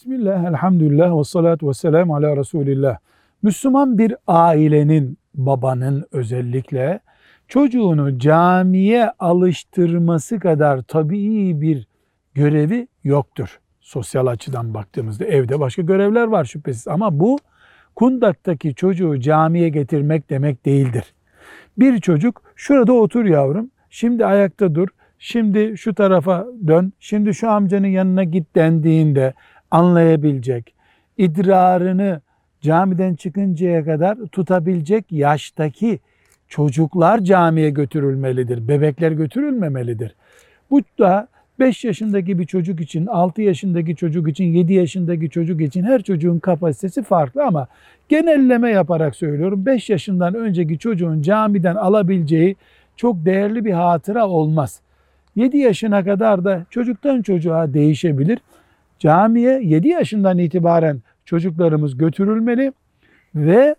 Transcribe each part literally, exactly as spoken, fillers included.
Bismillah, elhamdülillah ve salatu ve selamu ala Resulillah. Müslüman bir ailenin, babanın özellikle çocuğunu camiye alıştırması kadar tabii bir görevi yoktur. Sosyal açıdan baktığımızda evde başka görevler var şüphesiz ama bu kundaktaki çocuğu camiye getirmek demek değildir. Bir çocuk şurada otur yavrum, şimdi ayakta dur, şimdi şu tarafa dön, şimdi şu amcanın yanına git dendiğinde anlayabilecek, idrarını camiden çıkıncaya kadar tutabilecek yaştaki çocuklar camiye götürülmelidir. Bebekler götürülmemelidir. Bu da beş yaşındaki bir çocuk için, altı yaşındaki çocuk için, yedi yaşındaki çocuk için her çocuğun kapasitesi farklı ama genelleme yaparak söylüyorum. beş yaşından önceki çocuğun camiden alabileceği çok değerli bir hatıra olmaz. yedi yaşına kadar da çocuktan çocuğa değişebilir. Camiye yedi yaşından itibaren çocuklarımız götürülmeli ve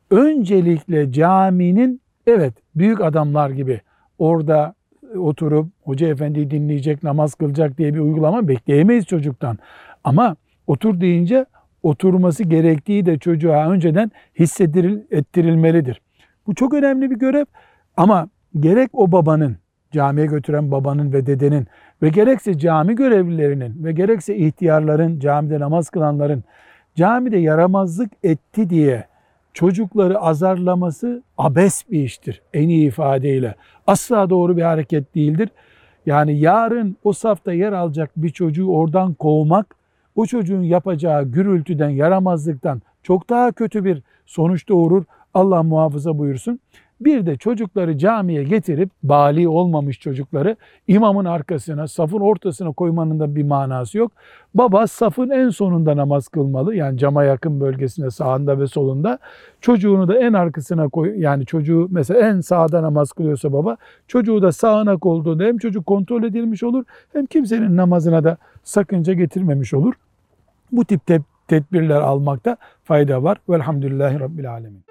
öncelikle caminin, evet, büyük adamlar gibi orada oturup hoca efendiyi dinleyecek, namaz kılacak diye bir uygulama bekleyemeyiz çocuktan. Ama otur deyince oturması gerektiği de çocuğa önceden hissettirilmelidir. Bu çok önemli bir görev ama gerek o babanın, camiye götüren babanın ve dedenin ve gerekse cami görevlilerinin ve gerekse ihtiyarların, camide namaz kılanların camide yaramazlık etti diye çocukları azarlaması abes bir iştir en iyi ifadeyle. Asla doğru bir hareket değildir. Yani yarın o safta yer alacak bir çocuğu oradan kovmak, o çocuğun yapacağı gürültüden, yaramazlıktan çok daha kötü bir sonuç doğurur. Allah muhafaza buyursun. Bir de çocukları camiye getirip, bali olmamış çocukları imamın arkasına, safın ortasına koymanın da bir manası yok. Baba safın en sonunda namaz kılmalı. Yani cama yakın bölgesinde, sağında ve solunda. Çocuğunu da en arkasına koy. Yani çocuğu mesela en sağda namaz kılıyorsa baba, çocuğu da sağına koyduğunda hem çocuk kontrol edilmiş olur, hem kimsenin namazına da sakınca getirmemiş olur. Bu tip tedbirler almakta fayda var. Velhamdülillahi Rabbil Alemin.